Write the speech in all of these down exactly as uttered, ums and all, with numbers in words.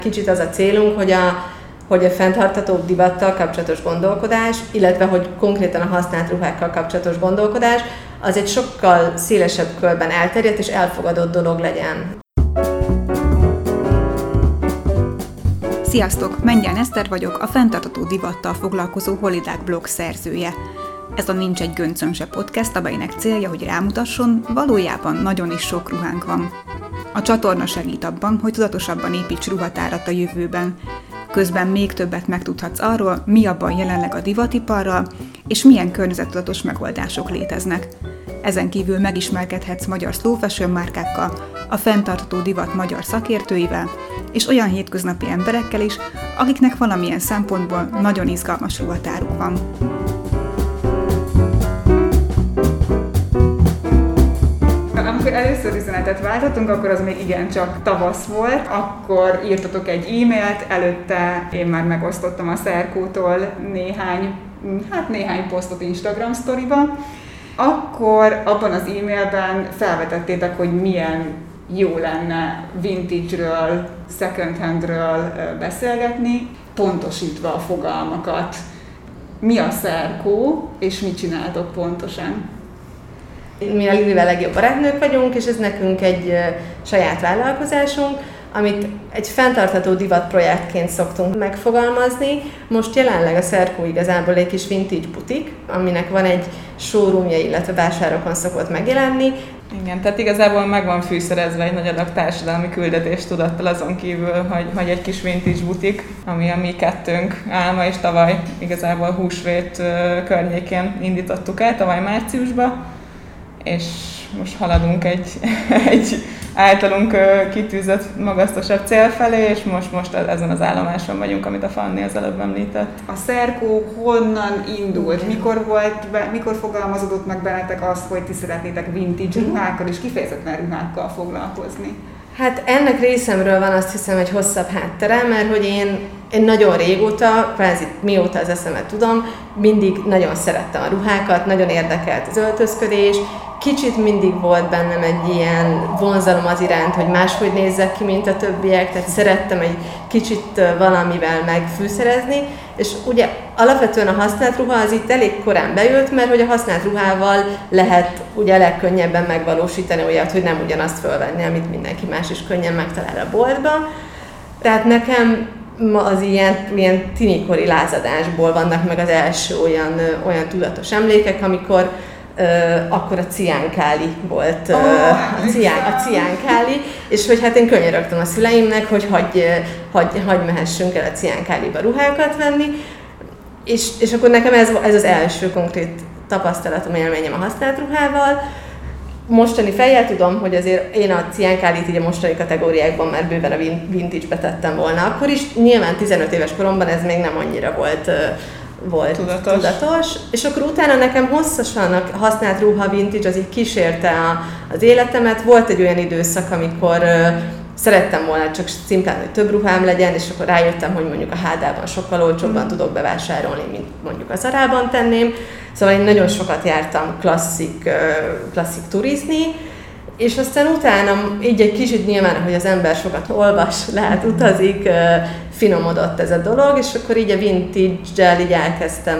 Kicsit az a célunk, hogy a, hogy a fenntartható divattal kapcsolatos gondolkodás, illetve hogy konkrétan a használt ruhákkal kapcsolatos gondolkodás, az egy sokkal szélesebb körben elterjedt és elfogadott dolog legyen. Sziasztok! Mengyán Eszter vagyok, a fenntartható divattal foglalkozó Holidák blog szerzője. Ez a Nincs egy göncön se podcast, amelynek célja, hogy rámutasson, valójában nagyon is sok ruhánk van. A csatorna segít abban, hogy tudatosabban építs ruhatárat a jövőben. Közben még többet megtudhatsz arról, mi a baj jelenleg a divatiparral, és milyen környezettudatos megoldások léteznek. Ezen kívül megismerkedhetsz magyar slow fashion márkákkal, a fenntartható divat magyar szakértőivel, és olyan hétköznapi emberekkel is, akiknek valamilyen szempontból nagyon izgalmas ruhatáruk van. Amikor először üzenetet váltottunk, akkor az még igencsak tavasz volt, akkor írtatok egy e-mailt, előtte én már megosztottam a Szerkótól néhány, hát néhány posztot Instagram sztoriba. Akkor abban az e-mailben felvetettétek, hogy milyen jó lenne vintage-ről, second hand-ről beszélgetni, pontosítva a fogalmakat. Mi a Szerkó, és mit csináltok pontosan? Mi a Lilivel legjobb barátnők vagyunk, és ez nekünk egy saját vállalkozásunk, amit egy fenntartható divatprojektként szoktunk megfogalmazni. Most jelenleg a Szerkó igazából egy kis vintage butik, aminek van egy showroomja, illetve vásárokon szokott megjelenni. Igen, tehát igazából meg van fűszerezve egy nagy adag társadalmi küldetéstudattal azon kívül, hogy, hogy egy kis vintage butik, ami a mi kettőnk álma, és tavaly igazából húsvét környékén indítottuk el, tavaly márciusban, és most haladunk egy, egy általunk kitűzött magasztosabb cél felé, és most, most ezen az állomáson vagyunk, amit a Fanni az előbb említett. A Szerkó honnan indult? Mikor volt, be, mikor fogalmazódott meg bennetek azt, hogy ti szeretnétek vintage ruhákkal és kifejezetten ruhákkal foglalkozni? Hát ennek részemről van, azt hiszem, egy hosszabb háttere, mert hogy én, én nagyon régóta, kvázi mióta az eszemet tudom, mindig nagyon szerettem a ruhákat, nagyon érdekelt az öltözködés, kicsit mindig volt bennem egy ilyen vonzalom az iránt, hogy máshogy nézzek ki, mint a többiek, tehát szerettem egy kicsit valamivel megfűszerezni, és ugye alapvetően a használt ruha az itt elég korán beült, mert hogy a használt ruhával lehet ugye legkönnyebben megvalósítani olyat, hogy nem ugyanazt fölvenni, amit mindenki más is könnyen megtalál a boltban. Tehát nekem az ilyen, ilyen tinikori lázadásból vannak meg az első olyan, olyan tudatos emlékek, amikor Uh, akkor a ciánkáli volt, uh, oh, a, cián, a ciánkáli, és hogy hát én könyörögtem a szüleimnek, hogy hagyj, hagyj, hagyj mehessünk el a ciánkáliba ruhákat venni, és, és akkor nekem ez, ez az első konkrét tapasztalatom, élményem a használt ruhával. Mostani fejjel tudom, hogy azért én a ciánkálit így a mostani kategóriákban már bőven a vintage-be tettem volna akkor is. Nyilván tizenöt éves koromban ez még nem annyira volt uh, volt tudatos. tudatos, és akkor utána nekem hosszasan a használt ruha vintage az így kísérte a, az életemet. Volt egy olyan időszak, amikor uh, szerettem volna csak szimplán, hogy több ruhám legyen, és akkor rájöttem, hogy mondjuk a há dé-ban sokkal olcsóbban mm. tudok bevásárolni, mint mondjuk a Zarában tenném. Szóval én nagyon sokat jártam klasszik, uh, klasszik turizni, és aztán utána így egy kicsit nyilván, hogy az ember sokat olvas, lát, utazik, finomodott ez a dolog, és akkor így a vintage-gel így elkezdtem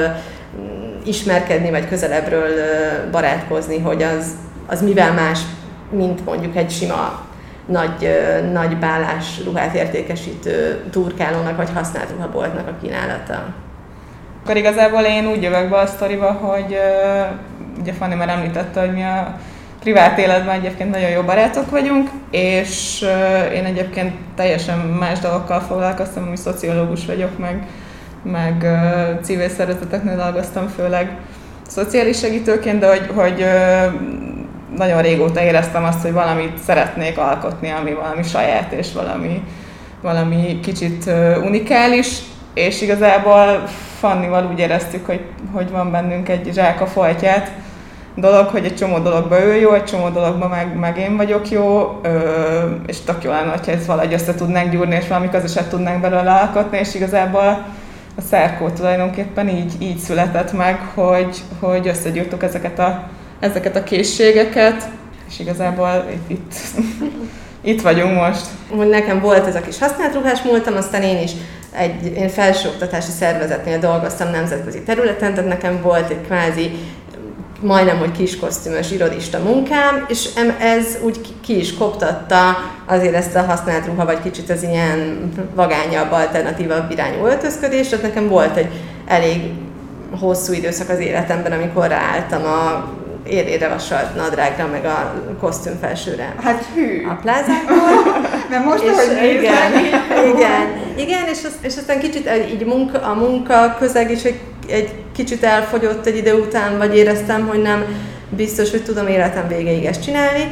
ismerkedni, vagy közelebbről barátkozni, hogy az, az mivel más, mint mondjuk egy sima nagy, nagy bálás ruhát értékesítő turkálónak, vagy használt ruhaboltnak a kínálata. Akkor igazából én úgy jövök be a sztoriba, hogy ugye Fanni már említette, hogy mi a privát életben egyébként nagyon jó barátok vagyunk, és uh, én egyébként teljesen más dolgokkal foglalkoztam, ami szociológus vagyok, meg, meg uh, civil szervezeteknél dolgoztam, főleg szociális segítőként, de hogy, hogy uh, nagyon régóta éreztem azt, hogy valamit szeretnék alkotni, ami valami saját, és valami, valami kicsit uh, unikális, és igazából Fannival úgy éreztük, hogy, hogy van bennünk egy zsák a foltját, dolog, hogy egy csomó dologban ő jó, egy csomó dologban meg, meg én vagyok jó, ö, és tök jó lenne, hogyha ezt valahogy össze tudnánk gyúrni, és valami közöset tudnánk belőle alkotni, és igazából a Szerkó tulajdonképpen így, így született meg, hogy, hogy összegyúrtuk ezeket a, ezeket a készségeket, és igazából itt, itt itt vagyunk most. Hogy nekem volt ez a kis használt ruhás múltam, aztán én is egy én felsőoktatási szervezetnél dolgoztam nemzetközi területen, tehát nekem volt egy kvázi majdnem, hogy kiskosztümös irodista munkám, és ez úgy ki is koptatta azért ezt a használt ruha, vagy kicsit az ilyen vagányabb, alternatívabb irányú öltözködés, tehát nekem volt egy elég hosszú időszak az életemben, amikor ráálltam a élére vasalt nadrágra, meg a kosztümfelsőre. Hát hű! A plázákból. De most, és hogy igen, igen, igen, és, az, és aztán kicsit így munka, a munka közeg is egy, egy kicsit elfogyott egy idő után, vagy éreztem, hogy nem biztos, hogy tudom életem végéig ezt csinálni.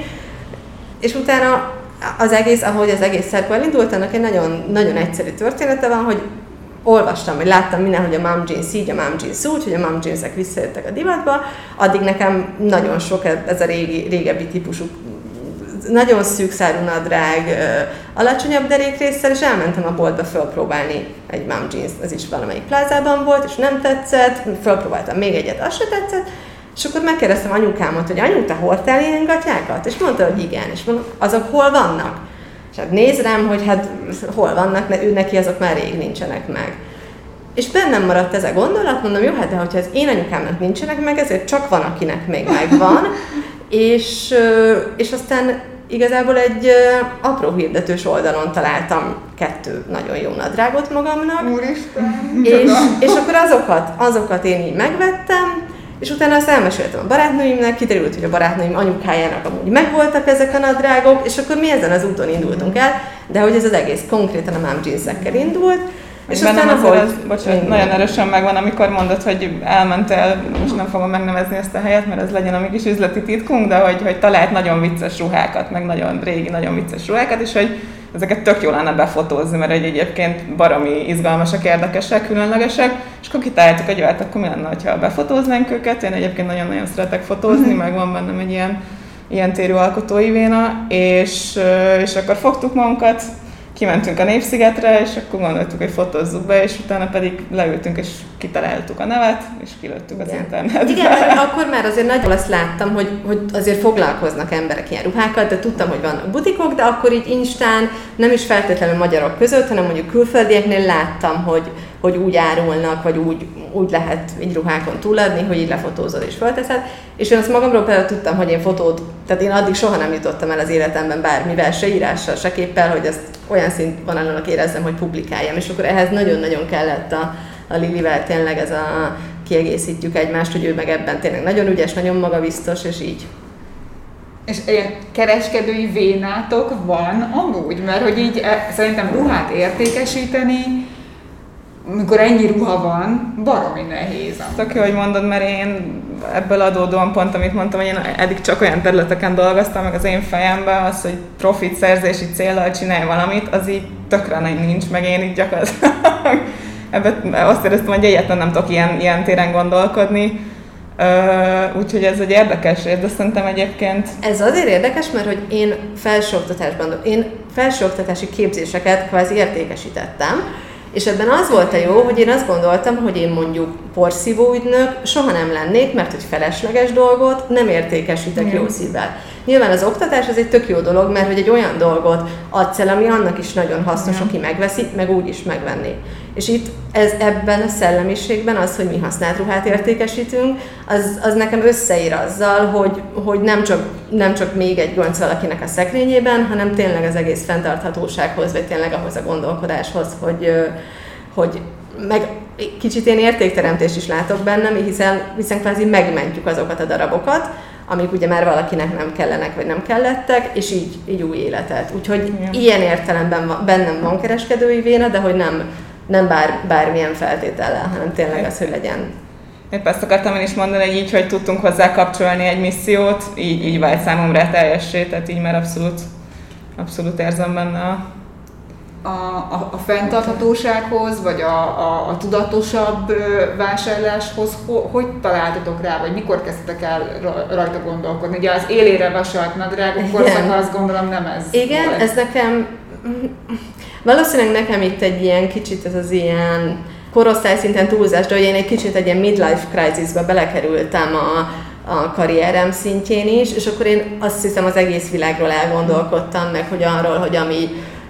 És utána az egész, ahogy az egész szerkó elindult, annak egy nagyon, nagyon egyszerű története van, hogy olvastam, vagy láttam mindenhogy a mom jeans így, a mom jeans úgy, hogy a mom jeansek visszajöttek a divatba, addig nekem nagyon sok ez a régi, régebbi típusú, nagyon szűkszárú nadrág, alacsonyabb derékrésszel, és elmentem a boltba fölpróbálni egy mom jeans, az is valamelyik plázában volt, és nem tetszett, fölpróbáltam még egyet, az se tetszett, és akkor megkérdeztem anyukámat, hogy anyu, te hordtál ilyen gatyákat? És mondta, hogy igen, és mondom, azok hol vannak? És hát néz rám, hogy hát hol vannak, ő neki azok már rég nincsenek meg. És bennem maradt ez a gondolat, mondom, jó, hát de hogyha az én anyukámnak nincsenek meg, ezért csak van, akinek még megvan. és, és aztán igazából egy apró hirdetős oldalon találtam kettő nagyon jó nadrágot magamnak. Úristen! És, és akkor azokat, azokat én így megvettem, és utána azt elmeséltem a barátnőimnek, kiderült, hogy a barátnőim anyukájának amúgy megvoltak ezek a nadrágok, és akkor mi ezen az úton indultunk el, de hogy ez az egész konkrétan a mom jeansekkel indult. És aztán azért ez, bocsánat, nagyon erősen megvan, amikor mondod, hogy elmentél, most nem fogom megnevezni ezt a helyet, mert ez legyen a mi kis üzleti titkunk, de hogy, hogy talált nagyon vicces ruhákat, meg nagyon régi, nagyon vicces ruhákat, és hogy ezeket tök jó lenne befotózni, mert egy egyébként baromi izgalmasak, érdekesek, különlegesek, és akkor kitaláltuk, hogy hát akkor mi lenne, ha befotóznánk őket. Én egyébként nagyon-nagyon szeretek fotózni, meg van bennem egy ilyen, ilyen térű alkotói véna, és, és akkor fogtuk magunkat, kimentünk a Népszigetre, és akkor gondoltuk, hogy fotózzuk be, és utána pedig leültünk, és kitaláltuk a nevet, és kilőttük az internetbe. Igen, akkor már azért nagyon azt láttam, hogy, hogy azért foglalkoznak emberek ilyen ruhákkal, de tudtam, hogy vannak butikok, de akkor így Instán nem is feltétlenül magyarok között, hanem mondjuk külföldieknél láttam, hogy, hogy úgy árulnak, vagy úgy, úgy lehet így ruhákon túladni, hogy így lefotózod és fölteszed. És én azt magamról például tudtam, hogy én fotót, tehát én addig soha nem jutottam el az életemben bármivel, se írással, se képpel, hogy ezt olyan szintvonalon érezzem, hogy publikáljam. És akkor ehhez nagyon-nagyon kellett a, a Lilivel tényleg ez a kiegészítjük egymást, hogy ő meg ebben tényleg nagyon ügyes, nagyon magabiztos, és így. És ilyen kereskedői vénátok van amúgy, mert hogy így szerintem ruhát értékesíteni, amikor ennyi ruha van, baromi nehéz. Tök jó, hogy mondod, mert én ebből adódóan pont, amit mondtam, hogy én eddig csak olyan területeken dolgoztam, meg az én fejemben az, hogy profit szerzési céllal csinálj valamit, az így tökre nincs, meg én így gyakorlatilag ebben azt éreztem, hogy egyáltalán nem tudok ilyen, ilyen téren gondolkodni. Uh, úgyhogy ez egy érdekes rész, de szerintem egyébként... Ez azért érdekes, mert hogy én felsőoktatásban, én felsőoktatási képzéseket kvázi értékesítettem, és ebben az volt a jó, hogy én azt gondoltam, hogy én mondjuk porszívó ügynök soha nem lennék, mert hogy felesleges dolgot nem értékesítek mm. jó szívvel. Nyilván az oktatás az egy tök jó dolog, mert hogy egy olyan dolgot adsz el, ami annak is nagyon hasznos, mm. aki megveszi, meg úgy is megvenni. És itt ez, ebben a szellemiségben az, hogy mi használt ruhát értékesítünk, az, az nekem összeír azzal, hogy, hogy nem, csak, nem csak még egy gönc valakinek a szekrényében, hanem tényleg az egész fenntarthatósághoz, vagy tényleg ahhoz a gondolkodáshoz, hogy, hogy meg kicsit én értékteremtést is látok benne, hiszen, hiszen kvázi megmentjük azokat a darabokat, amik ugye már valakinek nem kellenek, vagy nem kellettek, és így, így új életet. Úgyhogy igen. Ilyen értelemben van, bennem van kereskedői véna, de hogy nem, nem bár, bármilyen feltétellel, hanem tényleg az, hogy legyen. Épp ezt akartam én is mondani, hogy így, hogy tudtunk hozzá kapcsolni egy missziót, így, így vált számomra teljessé, tehát így már abszolút, abszolút érzem benne a... A, a, a fenntarthatósághoz, vagy a, a, a tudatosabb vásárláshoz ho, hogy találtatok rá, vagy mikor kezdtetek el rajta gondolkodni? Ugye az élére vasalt nadrágok korszaka, azt gondolom nem ez Igen, volt. ez nekem, valószínűleg nekem itt egy ilyen kicsit ez az ilyen korosztály szinten túlzás, de hogy én egy kicsit egy ilyen midlife crisisbe belekerültem a a karrierem szintjén is, és akkor én azt hiszem az egész világról elgondolkodtam, meg hogy arról, hogy ami,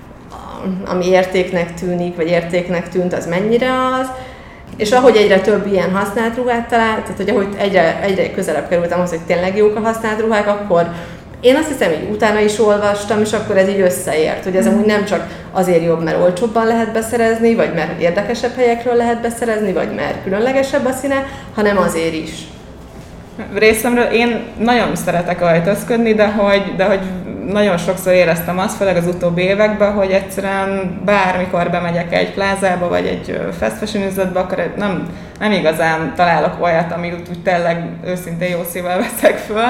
ami értéknek tűnik, vagy értéknek tűnt, az mennyire az. És ahogy egyre több ilyen használt ruhát talált, tehát hogy ahogy egyre, egyre közelebb kerültem ahhoz, hogy tényleg jók a használt ruhák, akkor én azt hiszem, hogy utána is olvastam, és akkor ez így összeért, hogy ez amúgy nem csak azért jobb, mert olcsóbban lehet beszerezni, vagy mert érdekesebb helyekről lehet beszerezni, vagy mert különlegesebb a színe, hanem azért is. Részemről én nagyon szeretek öltözködni, de hogy, de hogy nagyon sokszor éreztem azt, főleg az utóbbi években, hogy egyszerűen bármikor bemegyek egy plázába, vagy egy fast fashion üzletbe, akkor nem, nem igazán találok olyat, amit úgy, úgy tényleg őszintén jó szívvel veszek föl.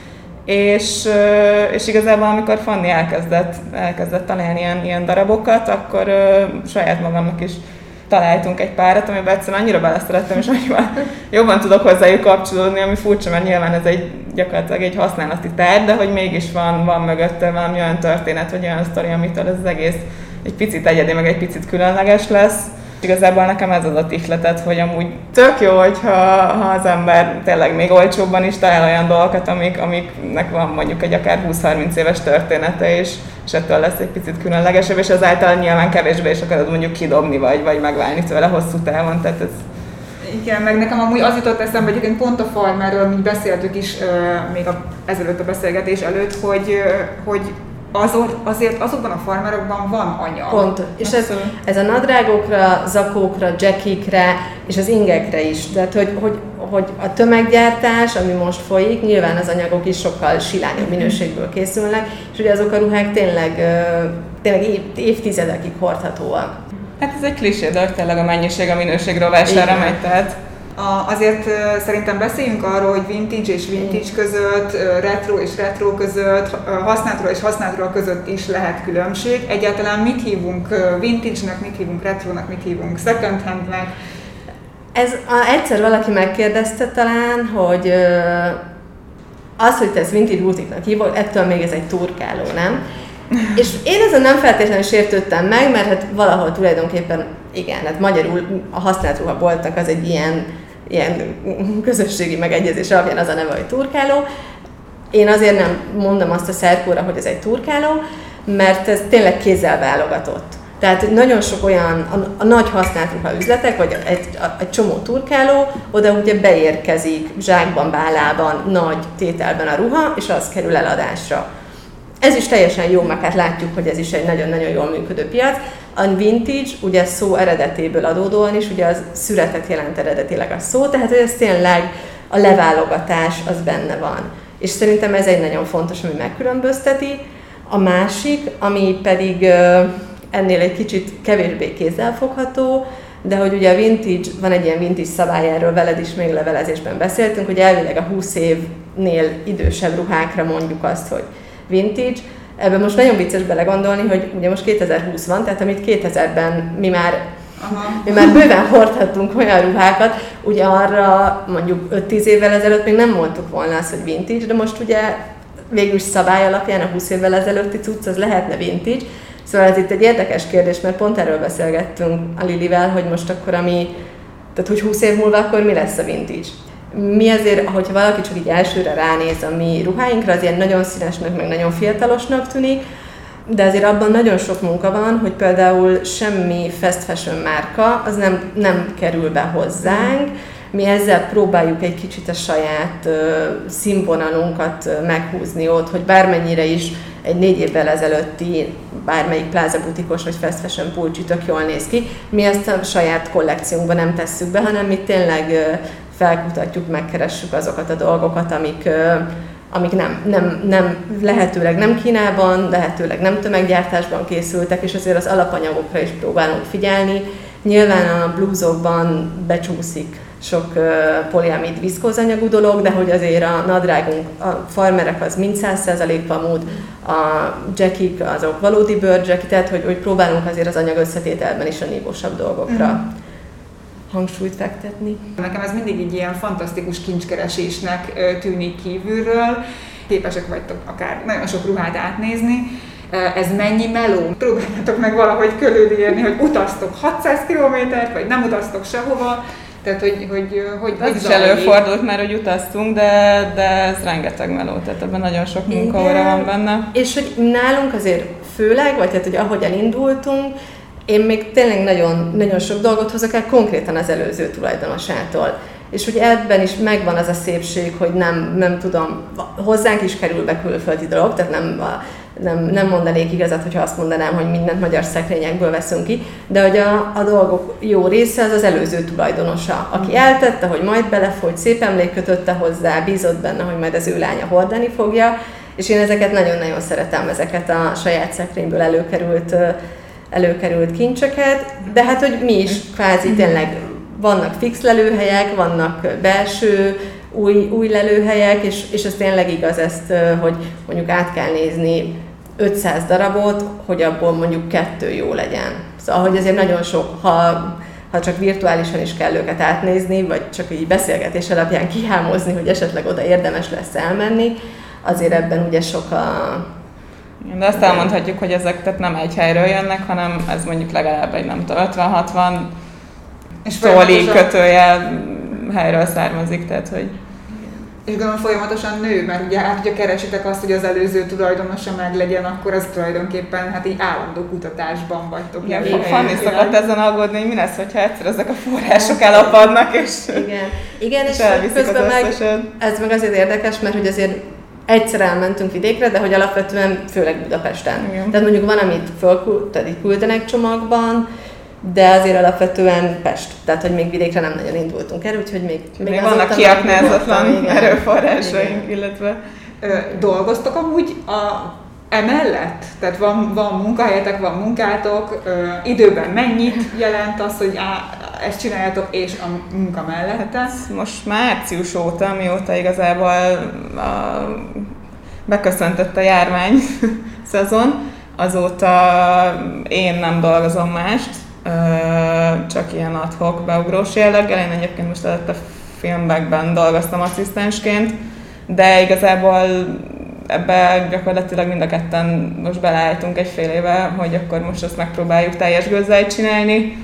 És, és igazából amikor Fanni elkezdett, elkezdett találni ilyen, ilyen darabokat, akkor uh, saját magamnak is találtunk egy párat, amiben egyszerűen annyira beleszerettem, és annyival jobban tudok hozzájuk kapcsolódni, ami furcsa, mert nyilván ez egy gyakorlatilag egy használati tárgy, de hogy mégis van, van mögötte valami olyan történet, vagy olyan sztori, amitől ez az egész egy picit egyedi, meg egy picit különleges lesz. Igazából nekem ez adott ihletet, hogy amúgy tök jó, hogyha ha az ember tényleg még olcsóbban is talál olyan dolgokat, amik, amiknek van mondjuk egy akár húsz-harminc éves története, és, és ettől lesz egy picit különlegesebb, és azáltal nyilván kevésbé is akarod mondjuk kidobni, vagy, vagy megválni tőle hosszú távon. Tehát ez... Igen, meg nekem amúgy az jutott eszembe, hogy én pont a farmerről mi beszéltük is uh, még a, ezelőtt a beszélgetés előtt, hogy, uh, hogy Azor, azért azokban a farmerokban van anyag. Pont. És ez, ez a nadrágokra, zakókra, jackikre és az ingekre is. Tehát, hogy, hogy, hogy a tömeggyártás, ami most folyik, nyilván az anyagok is sokkal silányabb minőségből készülnek, és ugye azok a ruhák tényleg, tényleg év, évtizedekig hordhatóak. Hát ez egy klisé, de tényleg a mennyiség a minőség rovására megy, tehát... A, azért uh, szerintem beszéljünk arról, hogy vintage és vintage között, uh, retro és retro között, uh, használt és használt között is lehet különbség. Egyáltalán mit hívunk uh, vintage-nek, mit hívunk retro-nak, mit hívunk second hand-nek? Ez a, egyszer valaki megkérdezte talán, hogy uh, az, hogy te ezt vintage butiknak hívod, ettől még ez egy turkáló, nem? És én ezen nem feltétlenül sértődtem meg, mert hát valahol tulajdonképpen igen, hát magyarul a használt ruhaboltnak az egy ilyen, ilyen közösségi megegyezés alapján az a neve, hogy turkáló. Én azért nem mondom azt a szerkóra, hogy ez egy turkáló, mert ez tényleg kézzel válogatott. Tehát nagyon sok olyan, a, a nagy használt ruha üzletek, vagy egy, a, egy csomó turkáló, oda ugye beérkezik zsákban, bálában, nagy tételben a ruha, és az kerül eladásra. Ez is teljesen jó, meg hát látjuk, hogy ez is egy nagyon-nagyon jól működő piac. A vintage, ugye szó eredetéből adódóan is, ugye az születet jelent eredetileg a szó, tehát hogy ez tényleg a leválogatás az benne van. És szerintem ez egy nagyon fontos, ami megkülönbözteti. A másik, ami pedig ennél egy kicsit kevésbé kézzelfogható, de hogy ugye a vintage, van egy ilyen vintage szabály, erről veled is még levelezésben beszéltünk, hogy elvileg a húsz évnél idősebb ruhákra mondjuk azt, hogy vintage. Ebben most nagyon vicces belegondolni, hogy ugye most kétezer-húsz van, tehát amit kétezerben mi már, mi már bőven hordhattunk olyan ruhákat, ugye arra mondjuk öt-tíz évvel ezelőtt még nem mondtuk volna azt, hogy vintage, de most ugye végül is szabály alapján a húsz évvel ezelőtti cucc az lehetne vintage. Szóval ez itt egy érdekes kérdés, mert pont erről beszélgettünk a Lilivel, hogy most akkor ami, tehát hogy húsz év múlva akkor mi lesz a vintage. Mi azért, hogyha valaki csak így elsőre ránéz a mi ruháinkra, az ilyen nagyon színesnek, meg nagyon fiatalosnak tűnik, de azért abban nagyon sok munka van, hogy például semmi fast fashion márka, az nem, nem kerül be hozzánk. Mi ezzel próbáljuk egy kicsit a saját uh, színvonalunkat uh, meghúzni ott, hogy bármennyire is egy négy évvel ezelőtti bármelyik pláza butikos vagy fast fashion pulcsi tök jól néz ki, mi ezt a saját kollekciónkba nem tesszük be, hanem mi tényleg uh, felkutatjuk, megkeressük azokat a dolgokat, amik, amik nem, nem, nem, lehetőleg nem Kínában, lehetőleg nem tömeggyártásban készültek, és azért az alapanyagokra is próbálunk figyelni. Nyilván a blúzokban becsúszik sok poliamid viszkózanyagú dolog, de hogy azért a nadrágunk, a farmerek az mind száz százalék pamut, a jackik azok valódi bőrjack, tehát hogy, hogy próbálunk azért az anyag összetételben is a nívósabb dolgokra mm. hangsúlyt fektetni. Nekem ez mindig egy ilyen fantasztikus kincskeresésnek tűnik kívülről. Képesek vagytok akár nagyon sok ruhát átnézni. Ez mennyi meló? Próbáljátok meg valahogy körülírni, hogy utaztok hatszáz kilométert, vagy nem utaztok sehova. Tehát, hogy hogy, hogy, hogy is előfordult már, hogy utaztunk, de, de ez rengeteg meló, tehát ebben nagyon sok munkaóra van benne. És hogy nálunk azért főleg, vagy tehát, hogy ahogy elindultunk, én még tényleg nagyon, nagyon sok dolgot hozok el konkrétan az előző tulajdonosától. És hogy ebben is megvan az a szépség, hogy nem, nem tudom, hozzánk is kerül be külföldi dolog, tehát nem, nem, nem mondanék igazat, hogyha azt mondanám, hogy mindent magyar szekrényekből veszünk ki, de hogy a, a dolgok jó része az az előző tulajdonosa, aki eltette, hogy majd belefolyt, szép emlék kötötte hozzá, bízott benne, hogy majd az ő lánya hordani fogja, és én ezeket nagyon-nagyon szeretem, ezeket a saját szekrényből előkerült, előkerült kincseket, de hát, hogy mi is kvázi tényleg vannak fix lelőhelyek, vannak belső új, új lelőhelyek, és, és ez tényleg igaz ezt, hogy mondjuk át kell nézni ötszáz darabot, hogy abból mondjuk kettő jó legyen. Szóval, hogy ezért nagyon sok, ha, ha csak virtuálisan is kell őket átnézni, vagy csak így beszélgetés alapján kihámozni, hogy esetleg oda érdemes lesz elmenni, azért ebben ugye sok a... De azt elmondhatjuk, hogy ezek tehát nem egy helyről jönnek, hanem ez mondjuk legalább egy nem tudom, ötven-hatvan Stóli kötőjel helyről származik, tehát hogy... És gondolom folyamatosan nő, mert ugye hát, hogyha keresitek azt, hogy az előző tulajdonosa meglegyen, akkor az tulajdonképpen hát így állandó kutatásban vagytok. Igen, Fanni szokott ezen aggódni, hogy mi lesz, hogyha egyszer ezek a források elapadnak, és, igen. Igen, és, és közben meg ez meg azért érdekes, mert hogy azért egyszer elmentünk vidékre, de hogy alapvetően főleg Budapesten. Igen. Tehát mondjuk van, amit fölküldenek csomagban, de azért alapvetően Pest, tehát hogy még vidékre nem nagyon indultunk el, úgyhogy még, még, még vannak kiaknázatlan erőforrásaink, illetve... Ö, dolgoztok amúgy a, emellett? Tehát van, van munkahelyetek, van munkátok, ö, időben mennyit jelent az, hogy á, ezt csináljátok és a munka mellett? Hát most március óta, mióta igazából a, beköszöntött a járvány szezon, azóta én nem dolgozom mást, csak ilyen ad-hoc beugrós jelleggel. Én egyébként most előtte filmekben dolgoztam asszisztensként, de igazából ebbe gyakorlatilag mind a ketten most beleálltunk egy fél éve, hogy akkor most ezt megpróbáljuk teljes gőzzel csinálni,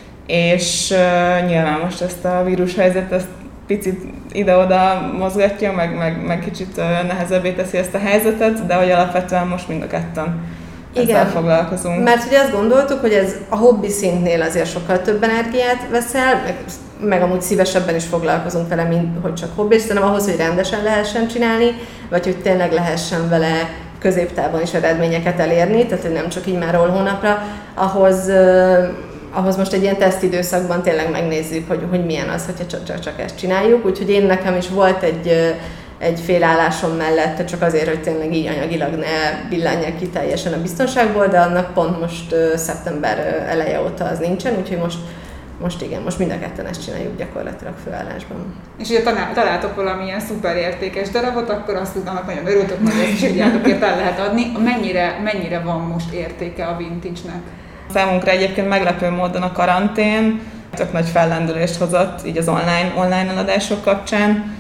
és uh, nyilván most ezt a vírushelyzet ezt picit ide-oda mozgatja, meg, meg, meg kicsit uh, nehezebbé teszi ezt a helyzetet, de hogy alapvetően most mind a ketten ezzel foglalkozunk. Mert ugye azt gondoltuk, hogy ez a hobbi szintnél azért sokkal több energiát veszel, meg, meg amúgy szívesebben is foglalkozunk vele, mint hogy csak hobbi, hanem ahhoz, hogy rendesen lehessen csinálni, vagy hogy tényleg lehessen vele középtávon is eredményeket elérni, tehát hogy nem csak így már hónapra, ahhoz, uh, ahhoz most egy ilyen tesztidőszakban tényleg megnézzük, hogy, hogy milyen az, hogyha csak, csak, csak ezt csináljuk. Úgyhogy én nekem is volt egy uh, egy félállásom mellett, csak azért, hogy tényleg így anyagilag ne billenjek ki teljesen a biztonságból, de annak pont most uh, szeptember eleje óta az nincsen, úgyhogy most, most igen, most mind a ketten ezt csináljuk gyakorlatilag főállásban. És hogyha találtok valamilyen szuper értékes darabot, akkor azt tudnak nagyon örültök, hogy ezt is írjátok, el lehet adni. Mennyire, mennyire van most értéke a vintage-nek? Számunkra egyébként meglepő módon a karantén tök nagy fellendülést hozott így az online, online eladások kapcsán.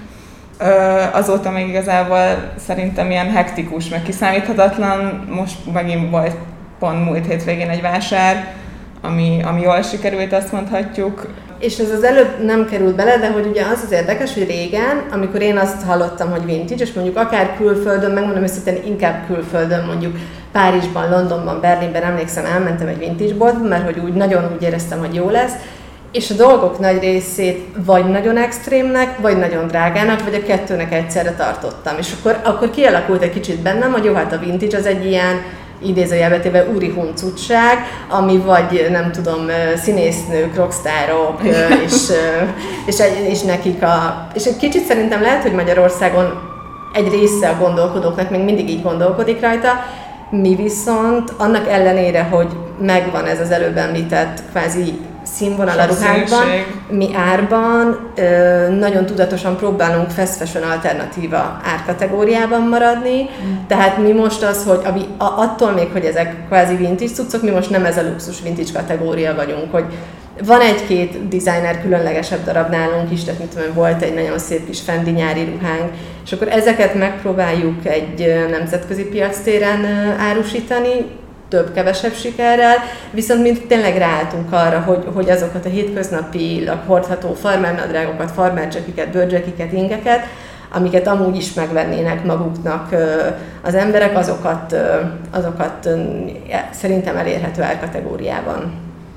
Azóta még igazából szerintem ilyen hektikus, meg kiszámíthatatlan. Most megint volt pont múlt hétvégén egy vásár, ami, ami jól sikerült, azt mondhatjuk. És ez az előbb nem került bele, de hogy ugye az az érdekes, hogy régen, amikor én azt hallottam, hogy vintage, és mondjuk akár külföldön, megmondom őszintén, inkább külföldön, mondjuk Párizsban, Londonban, Berlinben, emlékszem, elmentem egy vintage boltba, mert hogy úgy nagyon úgy éreztem, hogy jó lesz, és a dolgok nagy részét vagy nagyon extrémnek, vagy nagyon drágának, vagy a kettőnek egyszerre tartottam. És akkor, akkor kialakult egy kicsit bennem, hogy jó, hát a vintage az egy ilyen idézőjelbe téve úri huncutság, ami vagy nem tudom, színésznők, rockstárok, és, és, és nekik a... És egy kicsit szerintem lehet, hogy Magyarországon egy része a gondolkodóknak még mindig így gondolkodik rajta, mi viszont annak ellenére, hogy megvan ez az előbb említett kvázi színvonal a ruhákban, mi árban ö, nagyon tudatosan próbálunk fast fashion alternatíva árkategóriában maradni, mm. tehát mi most az, hogy ami, a, attól még, hogy ezek kvázi vintage cuccok, mi most nem ez a luxus vintage kategória vagyunk, hogy van egy-két designer különlegesebb darab nálunk is, tehát mit tudom, volt egy nagyon szép kis Fendi nyári ruhánk, és akkor ezeket megpróbáljuk egy nemzetközi piactéren árusítani, több-kevesebb sikerrel, viszont mint tényleg ráálltunk arra, hogy, hogy azokat a hétköznapilag hordható farmernadrágokat, farmercsekiket, bőrcsekiket, ingeket, amiket amúgy is megvennének maguknak az emberek, azokat, azokat szerintem elérhető árkategóriában.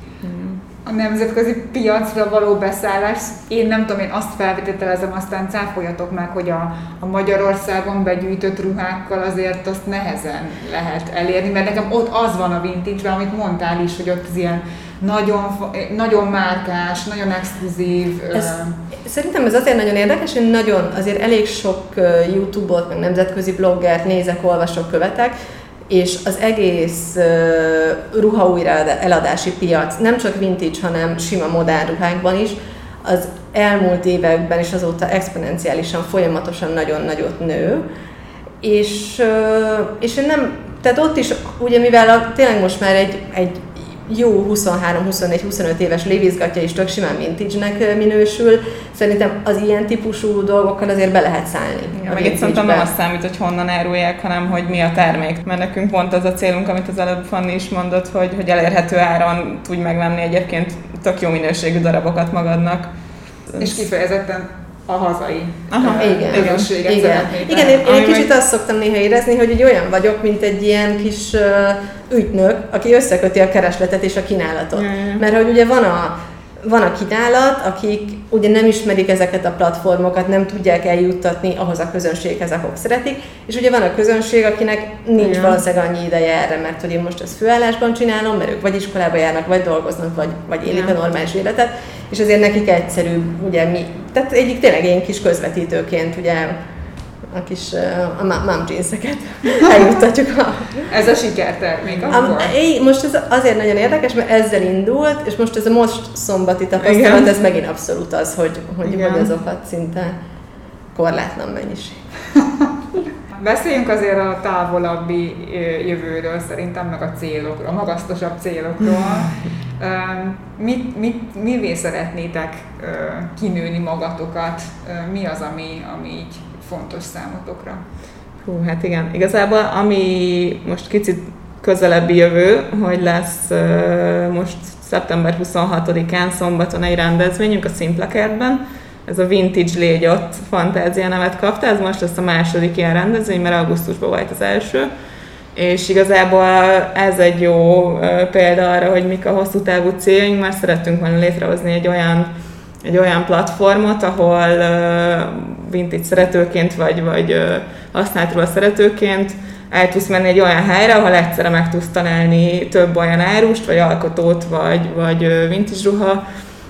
A nemzetközi piacra való beszállás, én nem tudom, én azt feltételezem, aztán cáfoljatok meg, hogy a, a Magyarországon begyűjtött ruhákkal azért azt nehezen lehet elérni, mert nekem ott az van a vintage-ben, amit mondtál is, hogy ott az ilyen nagyon, nagyon márkás, nagyon exkluzív. Ez, szerintem ez azért nagyon érdekes, én nagyon, azért elég sok YouTube-ot, meg nemzetközi bloggert nézek, olvasok, követek, és az egész uh, ruha újra eladási piac, nem csak vintage, hanem sima modern ruhákban is, az elmúlt években és azóta exponenciálisan, folyamatosan nagyon nagyot nő, és, uh, és én nem, tehát ott is, ugye mivel a, tényleg most már egy, egy jó huszonhárom, huszonnégy, huszonöt éves Levi's gatya is tök simán vintage-nek minősül. Szerintem az ilyen típusú dolgokkal azért be lehet szállni. Ja, meg itt szerintem nem azt számít, hogy honnan árulják, hanem hogy mi a termék. Mert nekünk pont az a célunk, amit az előbb Fanni is mondott, hogy, hogy elérhető áron tudj megvenni egyébként tök jó minőségű darabokat magadnak. És kifejezetten a hazai Aha, igen, minőséget igen. szeretnék. Igen, én, én egy kicsit azt szoktam néha érezni, hogy egy olyan vagyok, mint egy ilyen kis uh, ügynök, aki összeköti a keresletet és a kínálatot. Jaj. Mert hogy ugye van a, van a kínálat, akik ugye nem ismerik ezeket a platformokat, nem tudják eljuttatni ahhoz a közönséghez, akik szeretik, és ugye van a közönség, akinek nincs ja. valószínűleg annyi ideje erre, mert hogy én most ezt főállásban csinálom, mert ők vagy iskolába járnak, vagy dolgoznak, vagy, vagy élik ja. a normális életet, és azért nekik egyszerűbb, ugye mi, tehát egyik tényleg én kis közvetítőként, ugye a kis a mom jeanseket eljuttatjuk. A... Ez a sikertermék akkor? Most ez azért nagyon érdekes, mert ezzel indult, és most ez a most szombati tapasztalat, igen. ez megint abszolút az, hogy, hogy, hogy azokat szinte korlátlan mennyiség. Beszéljünk azért a távolabbi jövőről szerintem, meg a célokról, a magasztosabb célokról. Mit, mit, mivé szeretnétek kinőni magatokat? Mi az, ami, ami így fontos számotokra? Hú, hát igen, igazából ami most kicsit közelebbi jövő, hogy lesz most szeptember huszonhatodikán szombaton egy rendezvényünk a Szimplakertben. Ez a Vintage Légy ott Fantázia nevet kapta, ez most lesz a második ilyen rendezvény, mert augusztusban volt az első. És igazából ez egy jó példa arra, hogy mik a hosszú távú céljaink, mert szerettünk volna létrehozni egy olyan, egy olyan platformot, ahol vintage szeretőként vagy, vagy használt ruha szeretőként el tudsz menni egy olyan helyre, ahol egyszerre meg tudsz találni több olyan árust, vagy alkotót, vagy, vagy vintage ruha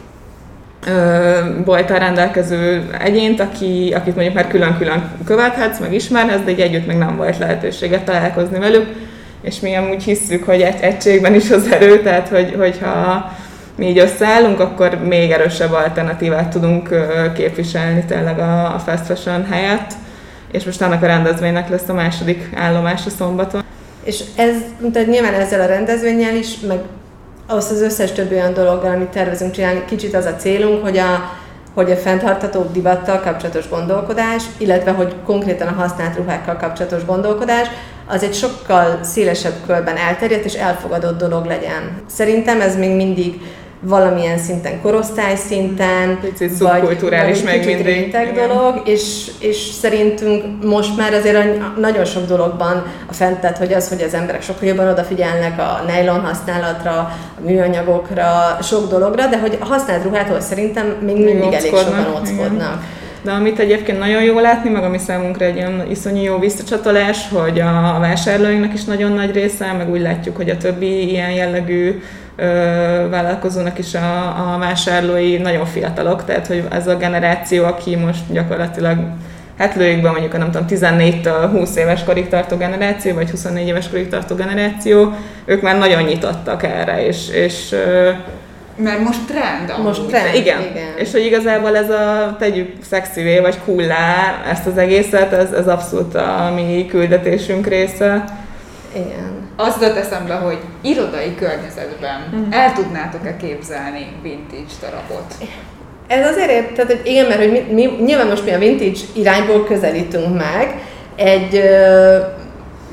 bolttal rendelkező egyént, aki, akit mondjuk már külön-külön követhetsz, meg ismerhetsz, de így együtt még nem volt lehetőséget találkozni velük, és mi amúgy hisszük, hogy egy egységben is az erő, tehát hogy, hogyha mi így összeállunk, akkor még erősebb alternatívát tudunk képviselni tényleg a, a fast fashion helyett, és most annak a rendezvénynek lesz a második állomása szombaton. És ez, tehát nyilván ezzel a rendezvénnyel is, meg az az összes többi olyan dologgal, amit tervezünk csinálni, kicsit az a célunk, hogy a, hogy a fenntartható divattal kapcsolatos gondolkodás, illetve hogy konkrétan a használt ruhákkal kapcsolatos gondolkodás, az egy sokkal szélesebb körben elterjedt és elfogadott dolog legyen. Szerintem ez még mindig valamilyen szinten, korosztály szinten, picit szubkulturális meg mindig réteg dolog, és, és szerintünk most már azért a, nagyon sok dologban a fent, tehát hogy az, hogy az emberek sokkal jobban odafigyelnek a nylon használatra, a műanyagokra, sok dologra, de hogy a használt ruhától szerintem még mindig még elég sokan óckodnak. De amit egyébként nagyon jó látni, meg ami számunkra egy olyan iszonyú jó visszacsatolás, hogy a vásárlóinknak is nagyon nagy része, meg úgy látjuk, hogy a többi ilyen jellegű ö, vállalkozónak is a, a vásárlói nagyon fiatalok, tehát hogy ez a generáció, aki most gyakorlatilag, hát lőjük be mondjuk a nem tudom, tizennégytől húsz éves korig tartó generáció, vagy huszonnégy éves korig tartó generáció, ők már nagyon nyitottak erre, és, és ö, mert most trend amúgy. Most trend, igen. igen. És hogy igazából ez a tegyük szexivé vagy coolá ezt az egészet, ez, ez abszolút a mi küldetésünk része. Igen. Az jutott eszembe, hogy irodai környezetben mm. el tudnátok-e képzelni vintage darabot? Ez azért, tehát hogy igen, mert hogy mi, mi, nyilván most mi a vintage irányból közelítünk meg, egy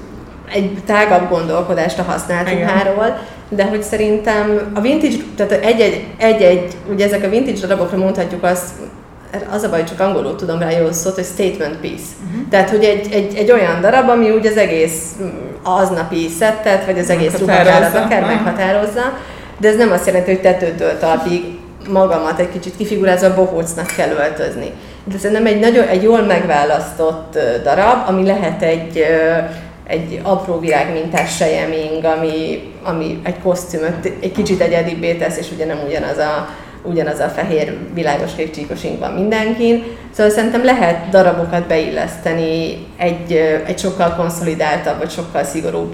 egy tágabb gondolkodást a használt ruháról, de hogy szerintem a vintage, tehát egy-egy, egy-egy, ugye ezek a vintage darabokra mondhatjuk azt, az a baj, csak angolul tudom rá jól szót, hogy statement piece. Uh-huh. Tehát, hogy egy, egy, egy olyan darab, ami úgy az egész aznapi szettet, vagy az egész ruhatárat akár meghatározza, de ez nem azt jelenti, hogy tetőtől talpig magamat egy kicsit kifigurázva bohócnak kell öltözni. De szerintem egy, nagyon, egy jól megválasztott darab, ami lehet egy, egy apró virágmintás sejeming, ami, ami egy kosztümöt egy kicsit egyedibbé tesz, és ugye nem ugyanaz a ugyanaz a fehér, világos kék csíkosink van mindenkin. Szóval szerintem lehet darabokat beilleszteni egy, egy sokkal konszolidáltabb, vagy sokkal szigorúbb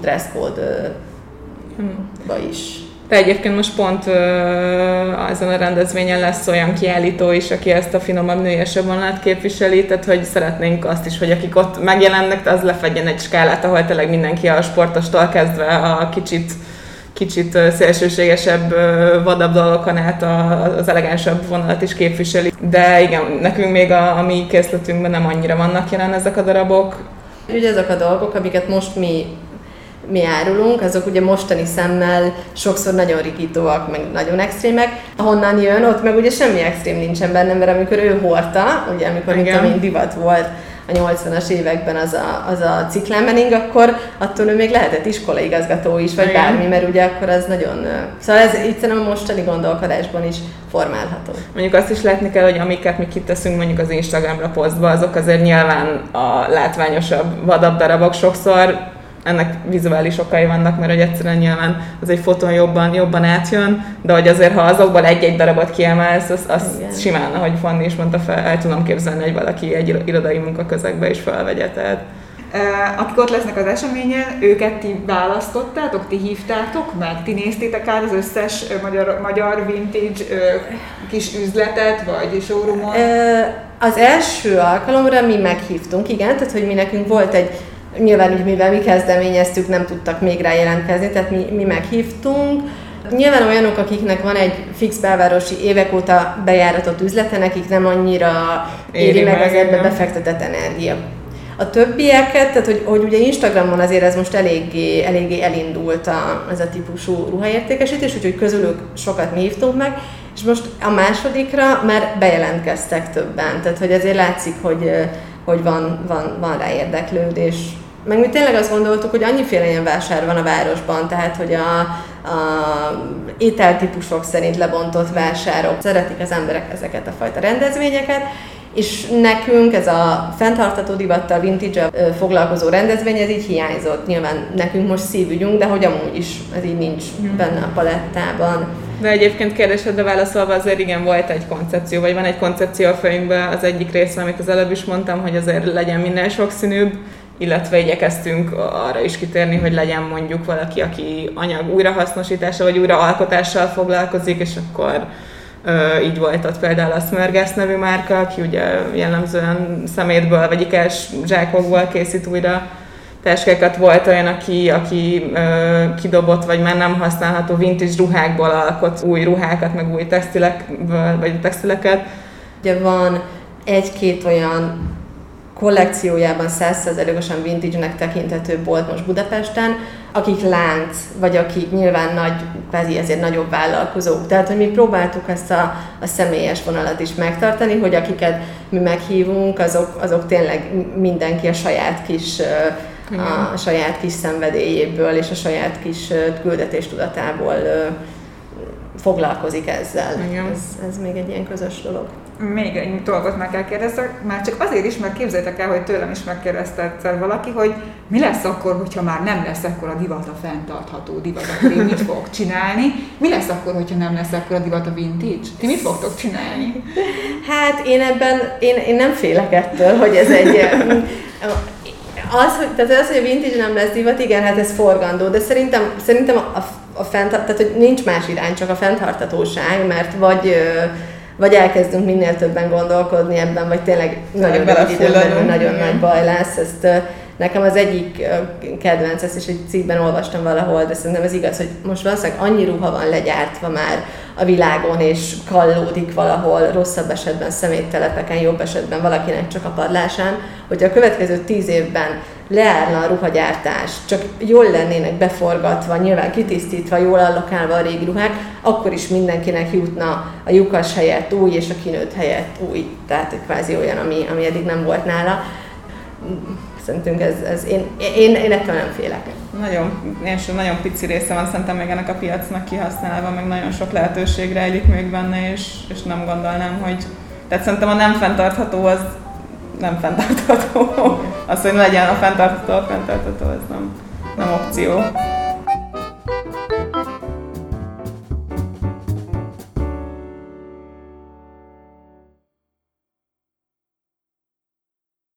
dresszkódba is. De egyébként most pont uh, ezen a rendezvényen lesz olyan kiállító is, aki ezt a finomabb, nőiesebb vonalat képviseli, tehát hogy szeretnénk azt is, hogy akik ott megjelennek, az lefedjen egy skálát, ahol tényleg mindenki a sportostól kezdve a kicsit kicsit szélsőségesebb, vadabb dolgokon át az elegánsabb vonalat is képviseli. De igen, nekünk még a, a mi készletünkben nem annyira vannak jelen ezek a darabok. Ugye ezek a dolgok, amiket most mi, mi árulunk, azok ugye mostani szemmel sokszor nagyon rigítóak, meg nagyon extrémek. Ahonnan jön, ott meg ugye semmi extrém nincsen benne, mert amikor ő hordta, ugye amikor mint amint divat volt a nyolcvanas években az a, az a ciklámmening, akkor attól ő még lehetett iskolaigazgató is, vagy igen. bármi, mert ugye akkor az nagyon... Szóval ez itt szerintem a mostani gondolkodásban is formálható. Mondjuk azt is látni kell, hogy amiket mi kiteszünk mondjuk az Instagramra posztba, azok azért nyilván a látványosabb, vadabb darabok sokszor, ennek vizuális okai vannak, mert hogy egyszerűen nyilván az egy fotón jobban, jobban átjön, de hogy azért, ha azokból egy-egy darabot kiemelsz, az, az simán, ahogy Fanni is mondta, fel, el tudom képzelni, hogy valaki egy irodai munkaközegbe is felvegye. Tehát. Akik ott lesznek az eseményen, őket ti választottátok, ti hívtátok meg? Ti néztétek át az összes magyar, magyar vintage kis üzletet, vagy showroomot? Az első alkalomra mi meghívtunk, igen, tehát hogy mi nekünk volt egy nyilván úgy, mivel mi kezdeményeztük, nem tudtak még rá jelentkezni, tehát mi, mi meghívtunk. Nyilván olyanok, akiknek van egy fix belvárosi évek óta bejáratott üzlete, nekik nem annyira éri meg az ebbe befektetett energia. A többieket, tehát hogy, hogy ugye Instagramon azért ez most eléggé, eléggé elindult a, ez a típusú ruhaértékesítés, úgyhogy közülük sokat mi hívtunk meg, és most a másodikra már bejelentkeztek többen, tehát hogy azért látszik, hogy, hogy van, van, van rá érdeklődés. Meg mi tényleg azt gondoltuk, hogy annyiféle ilyen vásár van a városban, tehát hogy a, a ételtípusok szerint lebontott vásárok, szeretik az emberek ezeket a fajta rendezvényeket, és nekünk ez a fenntartható divattal, vintage-a foglalkozó rendezvény, ez így hiányzott. Nyilván nekünk most szívügyünk, de hogy amúgy is ez így nincs benne a palettában. De egyébként kérdésedre válaszolva azért igen, volt egy koncepció, vagy van egy koncepció a fejünkben, az egyik része, amit az előbb is mondtam, hogy azért legyen minden sokszínűbb, illetve igyekeztünk arra is kitérni, hogy legyen mondjuk valaki, aki anyag újrahasznosítással vagy újraalkotással foglalkozik, és akkor ö, így volt ott például a Smörgász nevű márka, aki ugye jellemzően szemétből vagy ikás zsákokból készít újra táskákat. Volt olyan, aki, aki ö, kidobott vagy már nem használható vintage ruhákból alkot új ruhákat, meg új textilekből, vagy textileket. Ugye van egy-két olyan kollekciójában száz százalékosan vintage-nek tekinthető bolt most Budapesten, akik lánc, vagy akik nyilván nagy, kvázi ezért nagyobb vállalkozók. Tehát, hogy mi próbáltuk ezt a, a személyes vonalat is megtartani, hogy akiket mi meghívunk, azok, azok tényleg mindenki a saját kis, a, a saját kis szenvedélyéből és a saját kis küldetéstudatából foglalkozik ezzel. Ez, ez még egy ilyen közös dolog. Még egy dolgot meg kell kérdezni, már csak azért is, mert képzeljétek el, hogy tőlem is megkérdezte egyszer valaki, hogy mi lesz akkor, hogyha már nem lesz ekkora divat a fenntartható divat, akkor én mit fogok csinálni? Mi lesz akkor, hogyha nem lesz ekkora divat a vintage? Ti mit fogtok csinálni? Hát én ebben, én, én nem félek ettől, hogy ez egy... Az, hogy, tehát az, hogy a vintage nem lesz divat, igen, hát ez forgandó, de szerintem, szerintem a, a fenntart, tehát hogy nincs más irány, csak a fenntarthatóság, mert vagy vagy elkezdünk minél többen gondolkodni ebben, vagy tényleg nagyon rövid időben nagyon igen. nagy baj lesz. Ezt nekem az egyik kedvenc, ezt is egy cikkben olvastam valahol, de szerintem ez igaz, hogy most valószínűleg annyi ruha van legyártva már a világon, és kallódik valahol, rosszabb esetben szeméttelepeken, jobb esetben valakinek csak a padlásán, hogyha a következő tíz évben leállna a ruhagyártás, csak jól lennének beforgatva, nyilván kitisztítva, jól allokálva a régi ruhák, akkor is mindenkinek jutna a lyukas helyett új, és a kinőtt helyett új. Tehát kvázi olyan, ami, ami eddig nem volt nála. Szerintünk ez, ez én, én, én ettől nem félek. Nagyon, én sem nagyon pici része van szerintem még ennek a piacnak kihasználva, meg nagyon sok lehetőség rejlik még benne, és, és nem gondolnám, hogy... Tehát szerintem a nem fenntartható az nem fenntartható. Az, hogy legyen a fenntartható, a fenntartható, ez nem, nem opció.